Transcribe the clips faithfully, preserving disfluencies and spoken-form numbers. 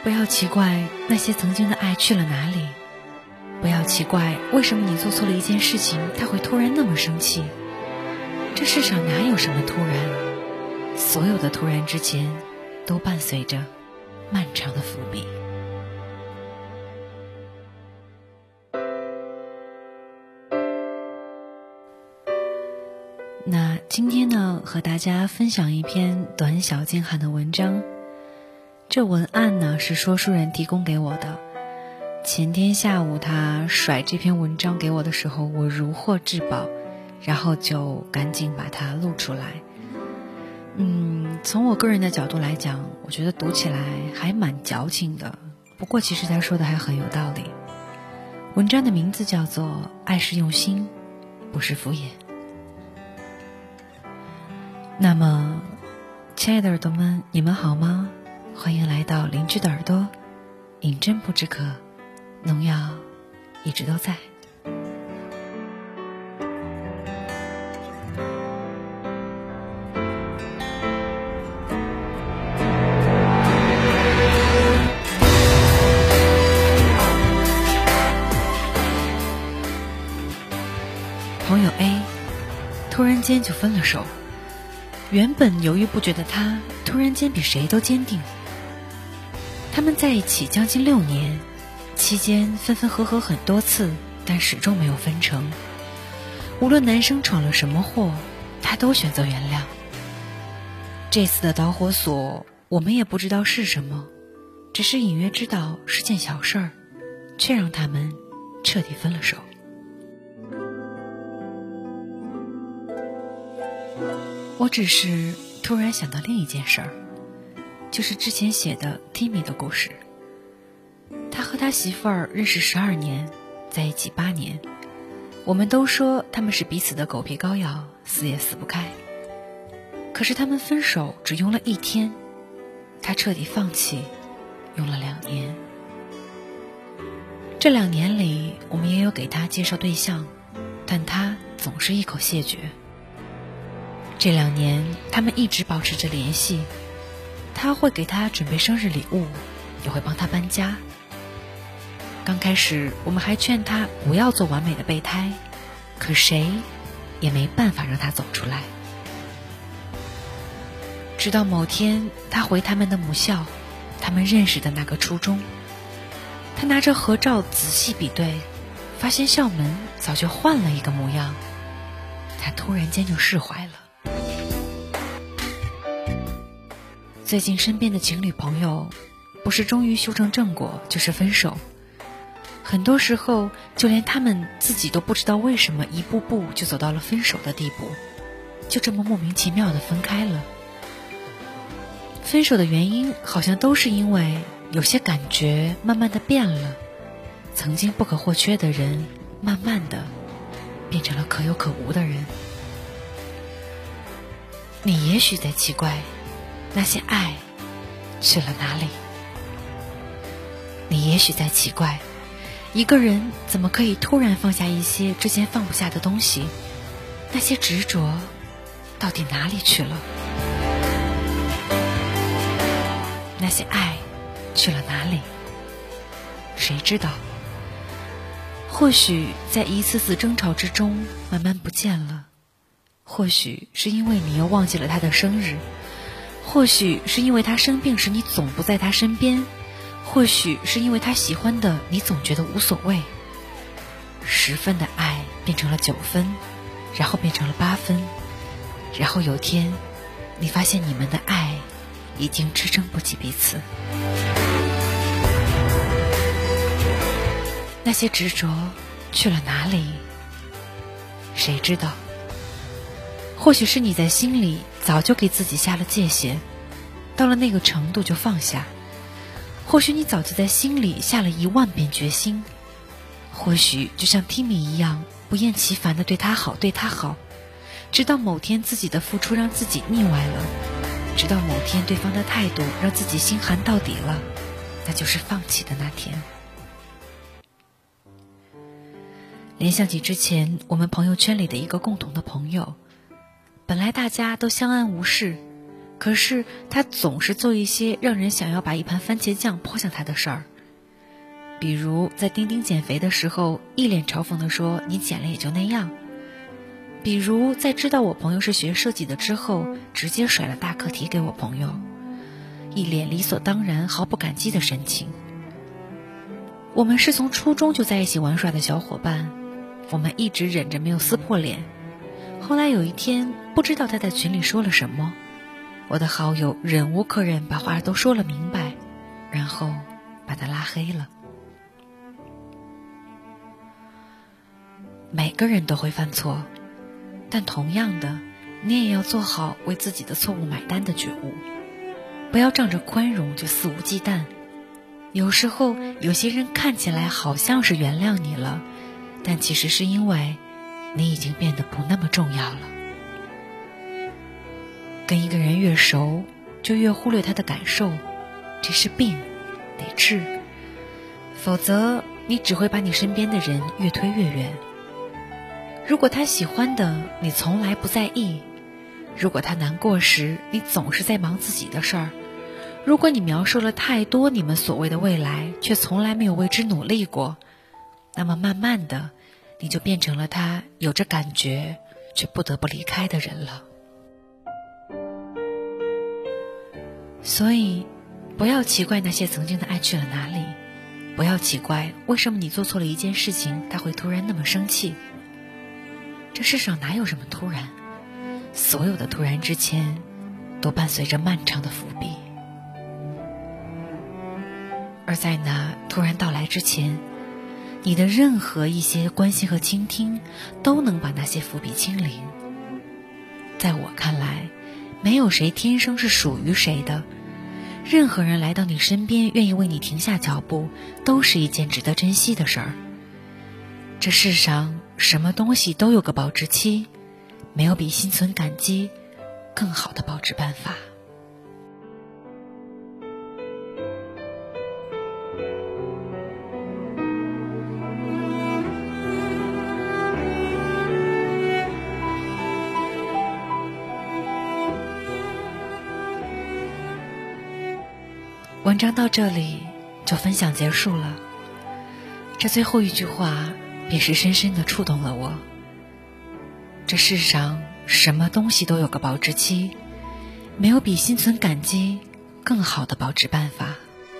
不要奇怪那些曾经的爱去了哪里，不要奇怪为什么你做错了一件事情他会突然那么生气。这世上哪有什么突然，所有的突然之前都伴随着漫长的伏笔。那今天呢，和大家分享一篇短小精悍的文章。这文案呢是说书人提供给我的。前天下午他甩这篇文章给我的时候，我如获至宝，然后就赶紧把它录出来。嗯，从我个人的角度来讲，我觉得读起来还蛮矫情的，不过其实他说的还很有道理。文章的名字叫做《爱是用心，不是敷衍》。那么亲爱的耳朵们，你们好吗？欢迎来到邻居的耳朵，饮鸩不止渴，农药一直都在。朋友 A 突然间就分了手，原本犹豫不决的他突然间比谁都坚定。他们在一起将近六年，期间分分合合很多次，但始终没有分成。无论男生闯了什么祸，他都选择原谅。这次的导火索我们也不知道是什么，只是隐约知道是件小事儿，却让他们彻底分了手。我只是突然想到另一件事儿，就是之前写的 Timmy 的故事。他和他媳妇儿认识十二年，在一起八年。我们都说他们是彼此的狗皮膏药，死也死不开。可是他们分手只用了一天，他彻底放弃用了两年。这两年里，我们也有给他介绍对象，但他总是一口谢绝。这两年他们一直保持着联系，他会给他准备生日礼物，也会帮他搬家。刚开始我们还劝他不要做完美的备胎，可谁也没办法让他走出来。直到某天他回他们的母校，他们认识的那个初中，他拿着合照仔细比对，发现校门早就换了一个模样，他突然间就释怀了。最近身边的情侣朋友，不是终于修成正果，就是分手。很多时候就连他们自己都不知道为什么一步步就走到了分手的地步，就这么莫名其妙的分开了。分手的原因好像都是因为有些感觉慢慢的变了，曾经不可或缺的人慢慢的变成了可有可无的人。你也许在奇怪那些爱去了哪里，你也许在奇怪一个人怎么可以突然放下一些之前放不下的东西，那些执着到底哪里去了？那些爱去了哪里？谁知道？或许在一次次争吵之中慢慢不见了，或许是因为你又忘记了他的生日，或许是因为他生病时你总不在他身边，或许是因为他喜欢的你总觉得无所谓。十分的爱变成了九分，然后变成了八分，然后有天你发现你们的爱已经支撑不起彼此。那些执着去了哪里？谁知道？或许是你在心里早就给自己下了界限，到了那个程度就放下。或许你早就在心里下了一万遍决心，或许就像 Timmy 一样不厌其烦地对他好对他好，直到某天自己的付出让自己腻歪了，直到某天对方的态度让自己心寒到底了，那就是放弃的那天。联想起之前我们朋友圈里的一个共同的朋友，本来大家都相安无事， 可是他总是做一些让人想要把一盘番茄酱泼向他的事儿。比如在钉钉减肥的时候，一脸嘲讽地说你减了也就那样。比如在知道我朋友是学设计的之后，直接甩了大课题给我朋友，一脸理所当然毫不感激的神情。我们是从初中就在一起玩耍的小伙伴，我们一直忍着没有撕破脸。后来有一天，不知道他在群里说了什么，我的好友忍无可忍，把话都说了明白，然后把他拉黑了。每个人都会犯错，但同样的，你也要做好为自己的错误买单的觉悟，不要仗着宽容就肆无忌惮。有时候有些人看起来好像是原谅你了，但其实是因为你已经变得不那么重要了。跟一个人越熟，就越忽略他的感受，这是病，得治，否则你只会把你身边的人越推越远。如果他喜欢的，你从来不在意；如果他难过时，你总是在忙自己的事儿；如果你描述了太多你们所谓的未来，却从来没有为之努力过，那么慢慢的，你就变成了他有着感觉却不得不离开的人了。所以不要奇怪那些曾经的爱去了哪里，不要奇怪为什么你做错了一件事情他会突然那么生气。这世上哪有什么突然，所有的突然之前都伴随着漫长的伏笔，而在那突然到来之前，你的任何一些关心和倾听都能把那些伏笔清零。在我看来，没有谁天生是属于谁的，任何人来到你身边愿意为你停下脚步，都是一件值得珍惜的事儿。这世上什么东西都有个保质期，没有比心存感激更好的保质办法。文章到这里就分享结束了，这最后一句话便是深深地触动了我。这世上什么东西都有个保质期，没有比心存感激更好的保质办法。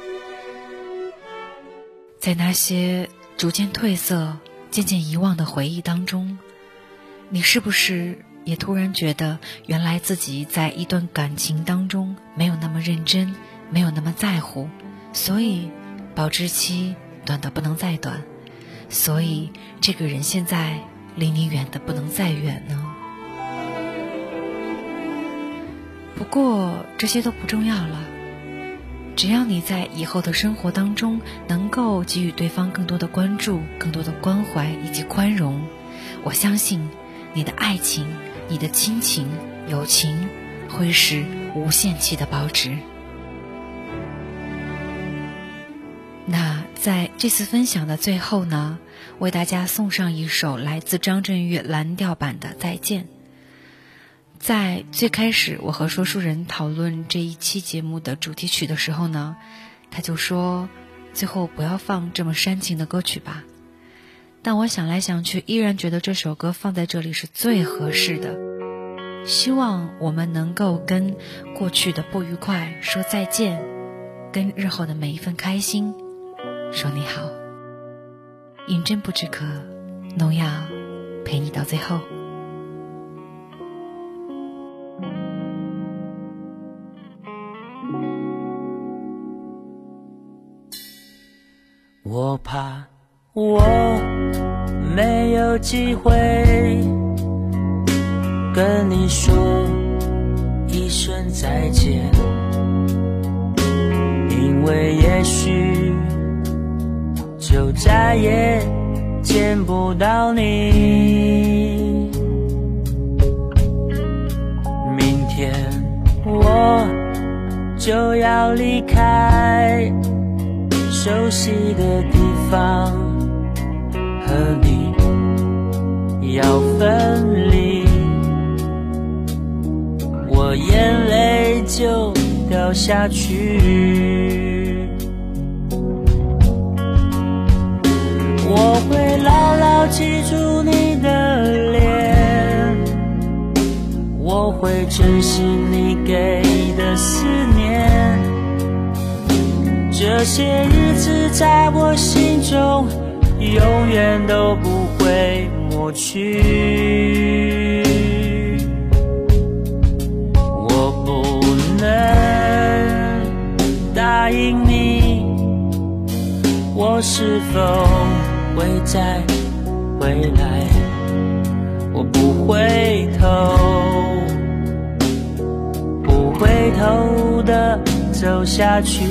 在那些逐渐褪色、渐渐遗忘的回忆当中，你是不是也突然觉得原来自己在一段感情当中没有那么认真，没有那么在乎，所以保质期短得不能再短，所以这个人现在离你远得不能再远呢？不过这些都不重要了，只要你在以后的生活当中能够给予对方更多的关注、更多的关怀以及宽容，我相信你的爱情、你的亲情、友情会是无限期的保值。那在这次分享的最后呢，为大家送上一首来自张震岳蓝调版的《再见》。在最开始我和说书人讨论这一期节目的主题曲的时候呢，他就说最后不要放这么煽情的歌曲吧，但我想来想去依然觉得这首歌放在这里是最合适的。希望我们能够跟过去的不愉快说再见，跟日后的每一份开心说你好。饮鸩不止渴，农药陪你到最后。 我怕我没有机会跟你说一声再见，因为也许就再也见不到你。明天我就要离开熟悉的地方，和你要分离，我眼泪就掉下去。我会牢牢记住你的脸，我会珍惜你给的思念，这些日子在我心中永远都不会抹去。我不能答应你，我是否会再回来，我不回头，不回头的走下去。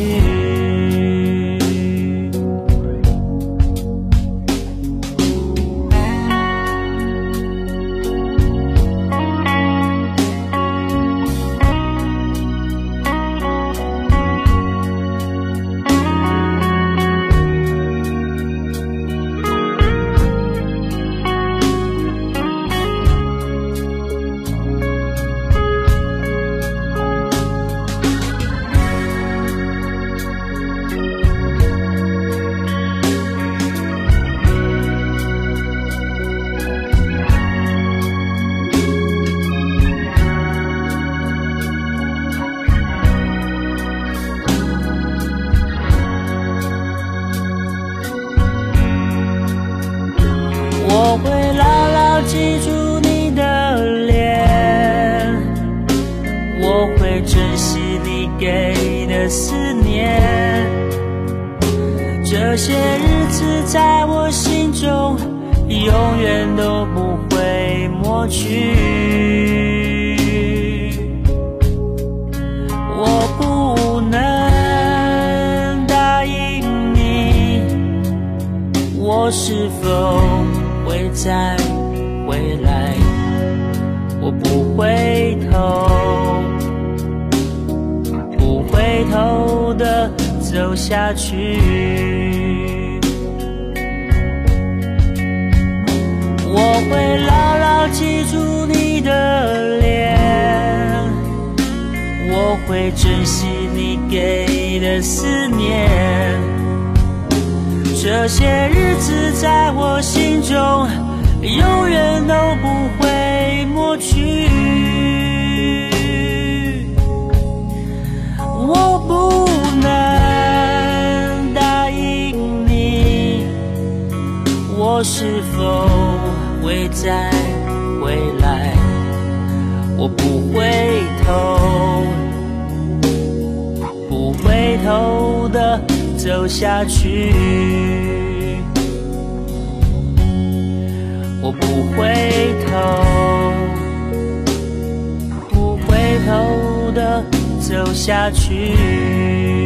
我会牢牢记住你的脸，我会珍惜你给的思念，这些日子在我心中永远都不会抹去。我不能答应你，我是否会再回来，我不回头，不回头的走下去。我会牢牢记住你的脸，我会珍惜你给的思念，这些日子在我心中永远都不会抹去。我不能答应你，我是否会再回来，我不回头，不回头的走下去。我不回头，不回头的走下去。